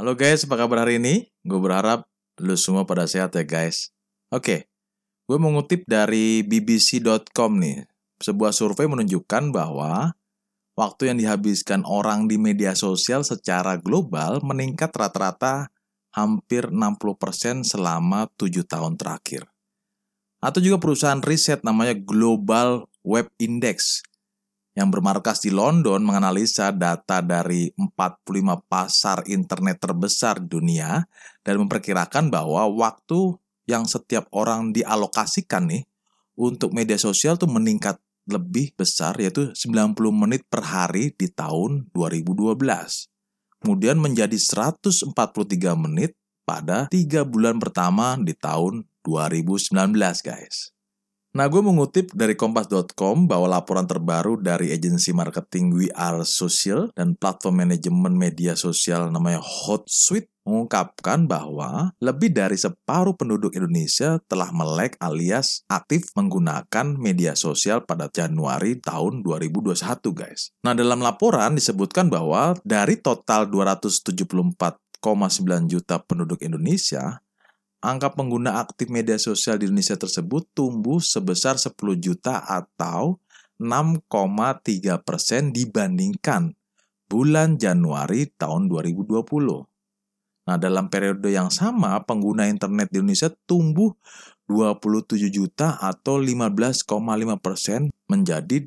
Halo guys, apa kabar hari ini? Gue berharap lu semua pada sehat ya guys. Oke, gue mengutip dari bbc.com nih. Sebuah survei menunjukkan bahwa waktu yang dihabiskan orang di media sosial secara global meningkat rata-rata hampir 60% selama 7 tahun terakhir. Atau juga perusahaan riset namanya Global Web Index yang bermarkas di London menganalisa data dari 45 pasar internet terbesar di dunia dan memperkirakan bahwa waktu yang setiap orang dialokasikan nih untuk media sosial tuh meningkat lebih besar, yaitu 90 menit per hari di tahun 2012. Kemudian menjadi 143 menit pada 3 bulan pertama di tahun 2019 guys. Nah, gue mengutip dari kompas.com bahwa laporan terbaru dari agensi marketing We Are Social dan platform manajemen media sosial namanya Hootsuite mengungkapkan bahwa lebih dari separuh penduduk Indonesia telah melek alias aktif menggunakan media sosial pada Januari tahun 2021 guys. Nah, dalam laporan disebutkan bahwa dari total 274,9 juta penduduk Indonesia, angka pengguna aktif media sosial di Indonesia tersebut tumbuh sebesar 10 juta atau 6,3% dibandingkan bulan Januari tahun 2020. Nah, dalam periode yang sama, pengguna internet di Indonesia tumbuh 27 juta atau 15,5% menjadi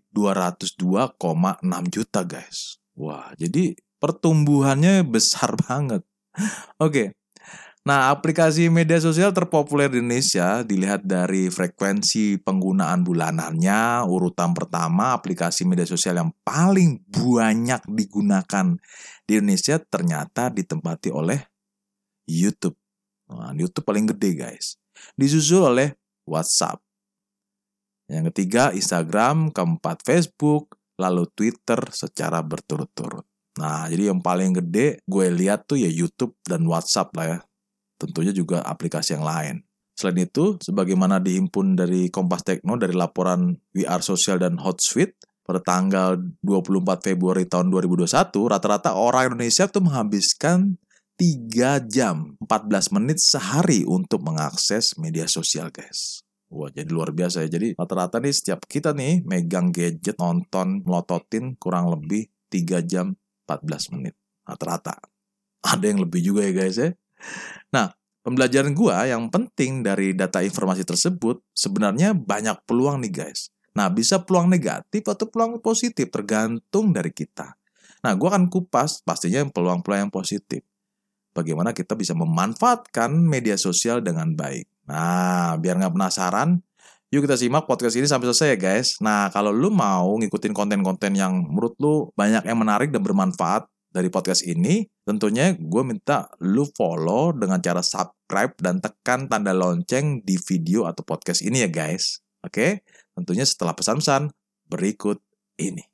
202,6 juta guys. Wah, jadi pertumbuhannya besar banget. Oke. Nah, aplikasi media sosial terpopuler di Indonesia dilihat dari frekuensi penggunaan bulanannya. Urutan pertama aplikasi media sosial yang paling banyak digunakan di Indonesia ternyata ditempati oleh YouTube. Nah, YouTube paling gede guys. Disusul oleh WhatsApp. Yang ketiga Instagram, keempat Facebook, lalu Twitter secara berturut-turut. Nah, jadi yang paling gede gue lihat tuh ya YouTube dan WhatsApp lah ya. Tentunya juga aplikasi yang lain. Selain itu, sebagaimana dihimpun dari Kompas Tekno dari laporan We Are Social dan Hootsuite, pada tanggal 24 Februari tahun 2021, rata-rata orang Indonesia tuh menghabiskan 3 jam 14 menit sehari untuk mengakses media sosial, guys. Wah, jadi luar biasa ya. Jadi rata-rata nih setiap kita nih megang gadget, nonton, melototin kurang lebih 3 jam 14 menit. Rata-rata. Ada yang lebih juga ya guys ya. Nah, pembelajaran gua yang penting dari data informasi tersebut sebenarnya banyak peluang nih guys. Nah, bisa peluang negatif atau peluang positif tergantung dari kita. Nah, gua akan kupas pastinya peluang-peluang yang positif. Bagaimana kita bisa memanfaatkan media sosial dengan baik. Nah, biar nggak penasaran, yuk kita simak podcast ini sampai selesai ya guys. Nah, kalau lu mau ngikutin konten-konten yang menurut lu banyak yang menarik dan bermanfaat dari podcast ini, tentunya gue minta lu follow dengan cara subscribe dan tekan tanda lonceng di video atau podcast ini ya guys. Oke? Tentunya setelah pesan-pesan berikut ini.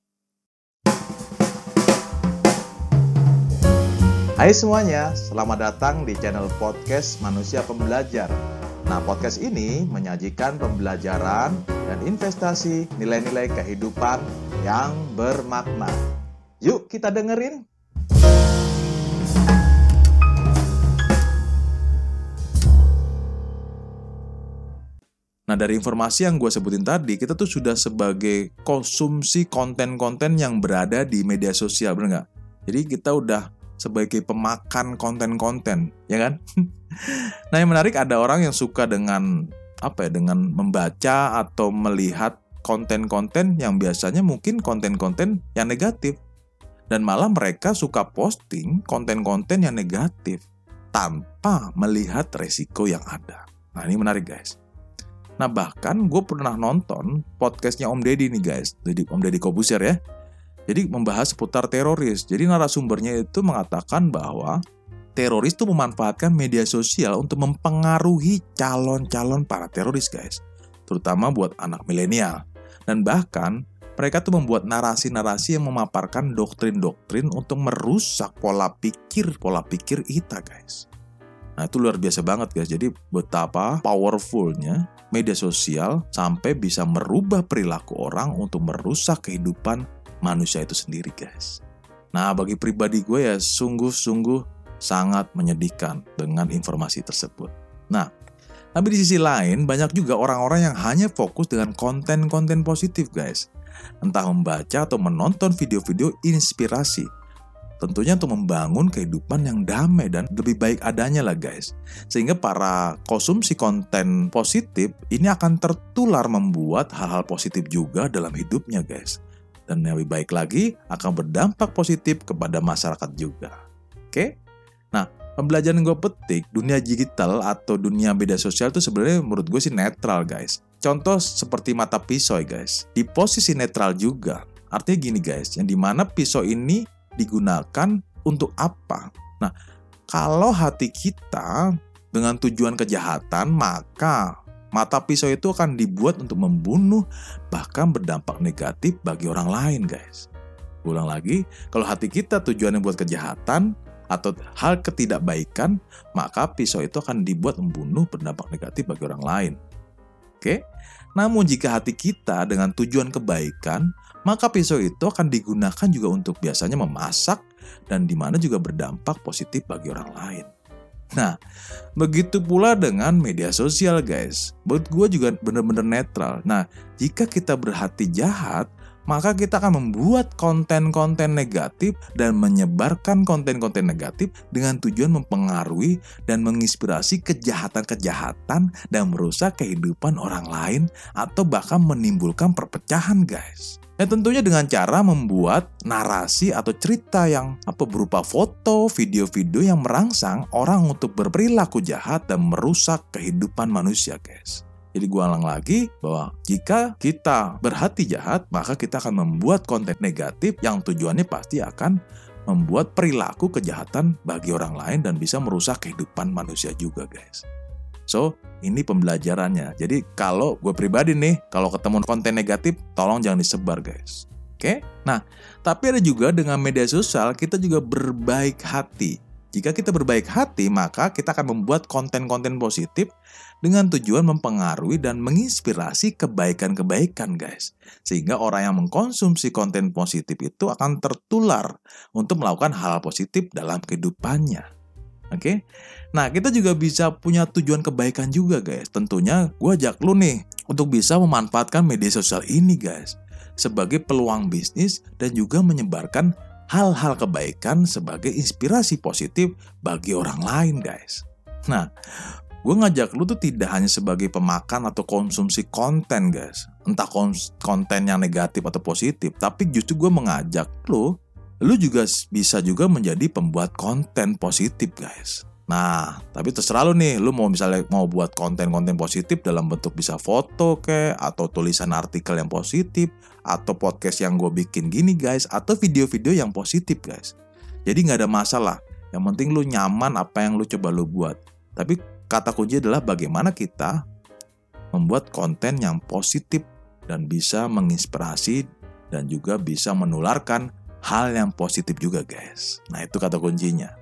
Hai semuanya, selamat datang di channel podcast Manusia Pembelajar. Nah, podcast ini menyajikan pembelajaran dan investasi nilai-nilai kehidupan yang bermakna. Yuk kita dengerin. Nah, dari informasi yang gue sebutin tadi, kita tuh sudah sebagai konsumsi konten-konten yang berada di media sosial, bener nggak? Jadi kita udah sebagai pemakan konten-konten, ya kan? Nah, yang menarik ada orang yang suka dengan dengan membaca atau melihat konten-konten yang biasanya mungkin konten-konten yang negatif. Dan malah mereka suka posting konten-konten yang negatif tanpa melihat resiko yang ada. Nah, ini menarik guys. Nah, bahkan gue pernah nonton podcastnya Om Deddy nih guys. Jadi Om Deddy Kobuser ya. Jadi membahas seputar teroris. Jadi narasumbernya itu mengatakan bahwa teroris itu memanfaatkan media sosial untuk mempengaruhi calon-calon para teroris guys. Terutama buat anak milenial. Dan bahkan mereka tuh membuat narasi-narasi yang memaparkan doktrin-doktrin untuk merusak pola pikir kita guys. Nah, itu luar biasa banget guys. Jadi betapa powerfulnya media sosial sampai bisa merubah perilaku orang untuk merusak kehidupan manusia itu sendiri guys. Nah, bagi pribadi gue ya sungguh-sungguh sangat menyedihkan dengan informasi tersebut. Nah, tapi di sisi lain banyak juga orang-orang yang hanya fokus dengan konten-konten positif guys. Entah membaca atau menonton video-video inspirasi. Tentunya untuk membangun kehidupan yang damai dan lebih baik adanya lah guys. Sehingga para konsumsi konten positif ini akan tertular membuat hal-hal positif juga dalam hidupnya guys. Dan yang lebih baik lagi akan berdampak positif kepada masyarakat juga. Oke? Nah, pembelajaran gue petik, dunia digital atau dunia media sosial itu sebenarnya menurut gue sih netral guys. Contoh seperti mata pisau guys. Di posisi netral juga. Artinya gini guys, yang dimana pisau ini digunakan untuk apa? Nah, kalau hati kita dengan tujuan kejahatan, maka mata pisau itu akan dibuat untuk membunuh, bahkan berdampak negatif bagi orang lain, guys. Ulang lagi, kalau hati kita tujuannya buat kejahatan atau hal ketidakbaikan, maka pisau itu akan dibuat membunuh, berdampak negatif bagi orang lain. Oke? Namun jika hati kita dengan tujuan kebaikan, maka pisau itu akan digunakan juga untuk biasanya memasak dan di mana juga berdampak positif bagi orang lain. Nah, begitu pula dengan media sosial guys. Menurut gue juga benar-benar netral. Nah, jika kita berhati jahat, maka kita akan membuat konten-konten negatif dan menyebarkan konten-konten negatif dengan tujuan mempengaruhi dan menginspirasi kejahatan-kejahatan dan merusak kehidupan orang lain atau bahkan menimbulkan perpecahan guys. Dan tentunya dengan cara membuat narasi atau cerita yang berupa foto, video-video yang merangsang orang untuk berperilaku jahat dan merusak kehidupan manusia guys. Jadi gue ulang lagi bahwa jika kita berhati jahat, maka kita akan membuat konten negatif yang tujuannya pasti akan membuat perilaku kejahatan bagi orang lain dan bisa merusak kehidupan manusia juga guys. So, ini pembelajarannya. Jadi kalau gue pribadi nih, kalau ketemu konten negatif, tolong jangan disebar guys. Oke? Nah, tapi ada juga dengan media sosial, kita juga berbaik hati. Jika kita berbaik hati, maka kita akan membuat konten-konten positif dengan tujuan mempengaruhi dan menginspirasi kebaikan-kebaikan guys. Sehingga orang yang mengkonsumsi konten positif itu akan tertular untuk melakukan hal positif dalam kehidupannya. Oke? Nah, kita juga bisa punya tujuan kebaikan juga guys. Tentunya gue ajak lu nih untuk bisa memanfaatkan media sosial ini guys sebagai peluang bisnis dan juga menyebarkan hal-hal kebaikan sebagai inspirasi positif bagi orang lain guys. Nah, gue ngajak lu tuh tidak hanya sebagai pemakan atau konsumsi konten guys. Entah konten yang negatif atau positif, tapi justru gue mengajak lu juga bisa juga menjadi pembuat konten positif guys. Nah, tapi terserah lu nih, lu misalnya mau buat konten-konten positif dalam bentuk bisa foto atau tulisan artikel yang positif, atau podcast yang gue bikin gini guys, atau video-video yang positif guys. Jadi gak ada masalah, yang penting lu nyaman apa yang lu coba lu buat. Tapi kata kunci adalah bagaimana kita membuat konten yang positif dan bisa menginspirasi dan juga bisa menularkan hal yang positif juga guys. Nah, itu kata kuncinya.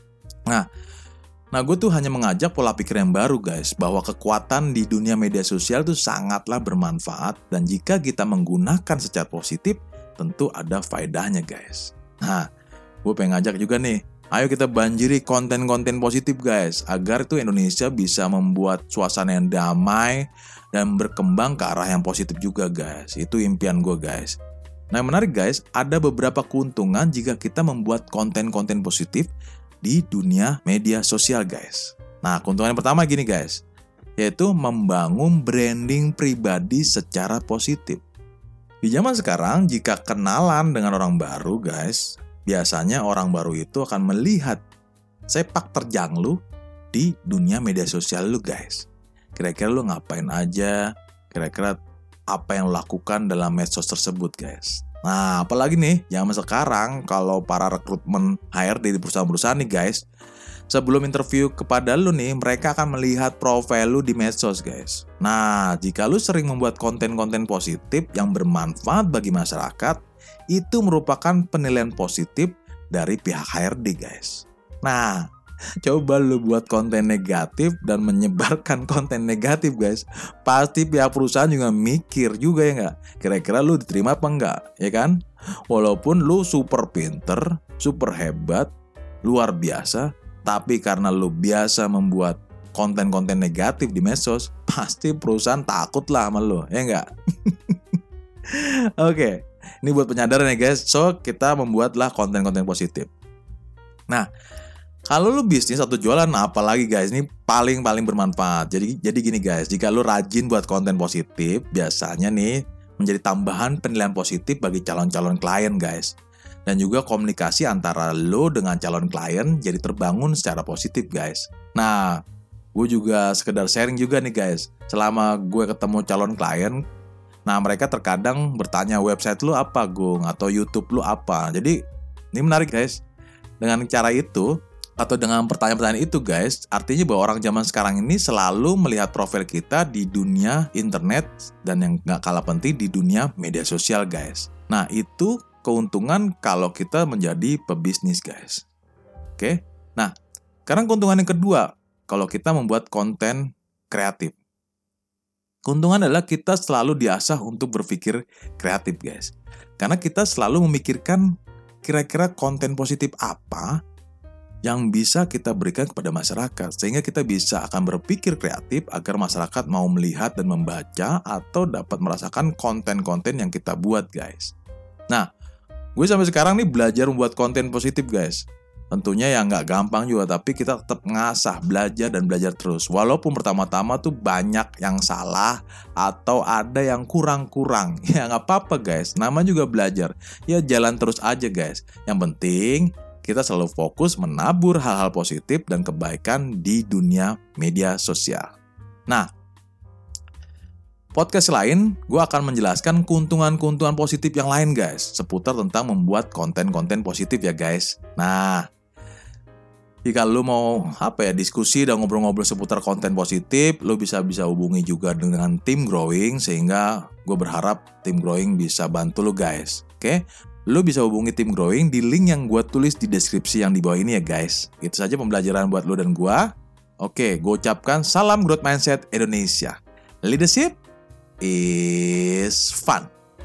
Nah, gue tuh hanya mengajak pola pikir yang baru guys, bahwa kekuatan di dunia media sosial itu sangatlah bermanfaat dan jika kita menggunakan secara positif, tentu ada faedahnya guys. Nah, gue pengen ngajak juga nih, ayo kita banjiri konten-konten positif guys, agar tuh Indonesia bisa membuat suasana yang damai dan berkembang ke arah yang positif juga guys. Itu impian gue guys. Nah, yang menarik guys, ada beberapa keuntungan jika kita membuat konten-konten positif di dunia media sosial guys. Nah, keuntungan yang pertama gini guys, yaitu membangun branding pribadi secara positif. Di zaman sekarang, jika kenalan dengan orang baru guys, biasanya orang baru itu akan melihat sepak terjang lu di dunia media sosial lu guys. Kira-kira lu ngapain aja, kira-kira apa yang lu lakukan dalam medsos tersebut guys. Nah, apalagi nih, zaman sekarang kalau para rekrutmen HRD di perusahaan-perusahaan nih guys, sebelum interview kepada lu nih, mereka akan melihat profil lu di medsos guys. Nah, jika lu sering membuat konten-konten positif yang bermanfaat bagi masyarakat, itu merupakan penilaian positif dari pihak HRD guys. Nah, coba lu buat konten negatif dan menyebarkan konten negatif guys, pasti pihak perusahaan juga mikir juga ya nggak, kira-kira lu diterima apa enggak, ya kan? Walaupun lu super pinter, super hebat, luar biasa, Tapi karena lu biasa membuat konten-konten negatif di medsos, pasti perusahaan takut lah sama lu, ya nggak? Oke, ini buat penyadaran ya guys. So, kita membuatlah konten-konten positif. Nah, kalau lu bisnis atau jualan, apalagi guys, ini paling bermanfaat. Jadi gini guys, jika lu rajin buat konten positif, biasanya nih menjadi tambahan penilaian positif bagi calon-calon klien guys. Dan juga komunikasi antara lu dengan calon klien jadi terbangun secara positif guys. Nah, gue juga sekedar sharing juga nih guys. Selama gue ketemu calon klien, nah mereka terkadang bertanya website lu apa Gung, atau YouTube lu apa. Jadi ini menarik guys. Dengan cara itu, atau dengan pertanyaan-pertanyaan itu guys, artinya bahwa orang zaman sekarang ini selalu melihat profil kita di dunia internet, dan yang gak kalah penting di dunia media sosial guys. Nah itu keuntungan kalau kita menjadi pebisnis guys. Oke. Nah sekarang keuntungan yang kedua, kalau kita membuat konten kreatif. Keuntungan adalah kita selalu diasah untuk berpikir kreatif guys. Karena kita selalu memikirkan kira-kira konten positif apa yang bisa kita berikan kepada masyarakat. Sehingga kita bisa akan berpikir kreatif agar masyarakat mau melihat dan membaca atau dapat merasakan konten-konten yang kita buat guys. Nah, gue sampai sekarang nih belajar membuat konten positif guys. Tentunya ya nggak gampang juga, tapi kita tetap ngasah, belajar dan belajar terus. Walaupun pertama-tama tuh banyak yang salah atau ada yang kurang-kurang. Ya nggak apa-apa guys, nama juga belajar. Ya jalan terus aja guys. Yang penting kita selalu fokus menabur hal-hal positif dan kebaikan di dunia media sosial. Nah, podcast lain, gue akan menjelaskan keuntungan-keuntungan positif yang lain guys, seputar tentang membuat konten-konten positif ya guys. Nah, jika lu mau diskusi dan ngobrol-ngobrol seputar konten positif, lu bisa hubungi juga dengan tim Growing, sehingga gue berharap tim Growing bisa bantu lu guys. Oke? Lu bisa hubungi tim Growing di link yang gue tulis di deskripsi yang di bawah ini ya guys. Itu saja pembelajaran buat lu dan gue. Oke, gue ucapkan salam growth mindset Indonesia. Leadership is fun.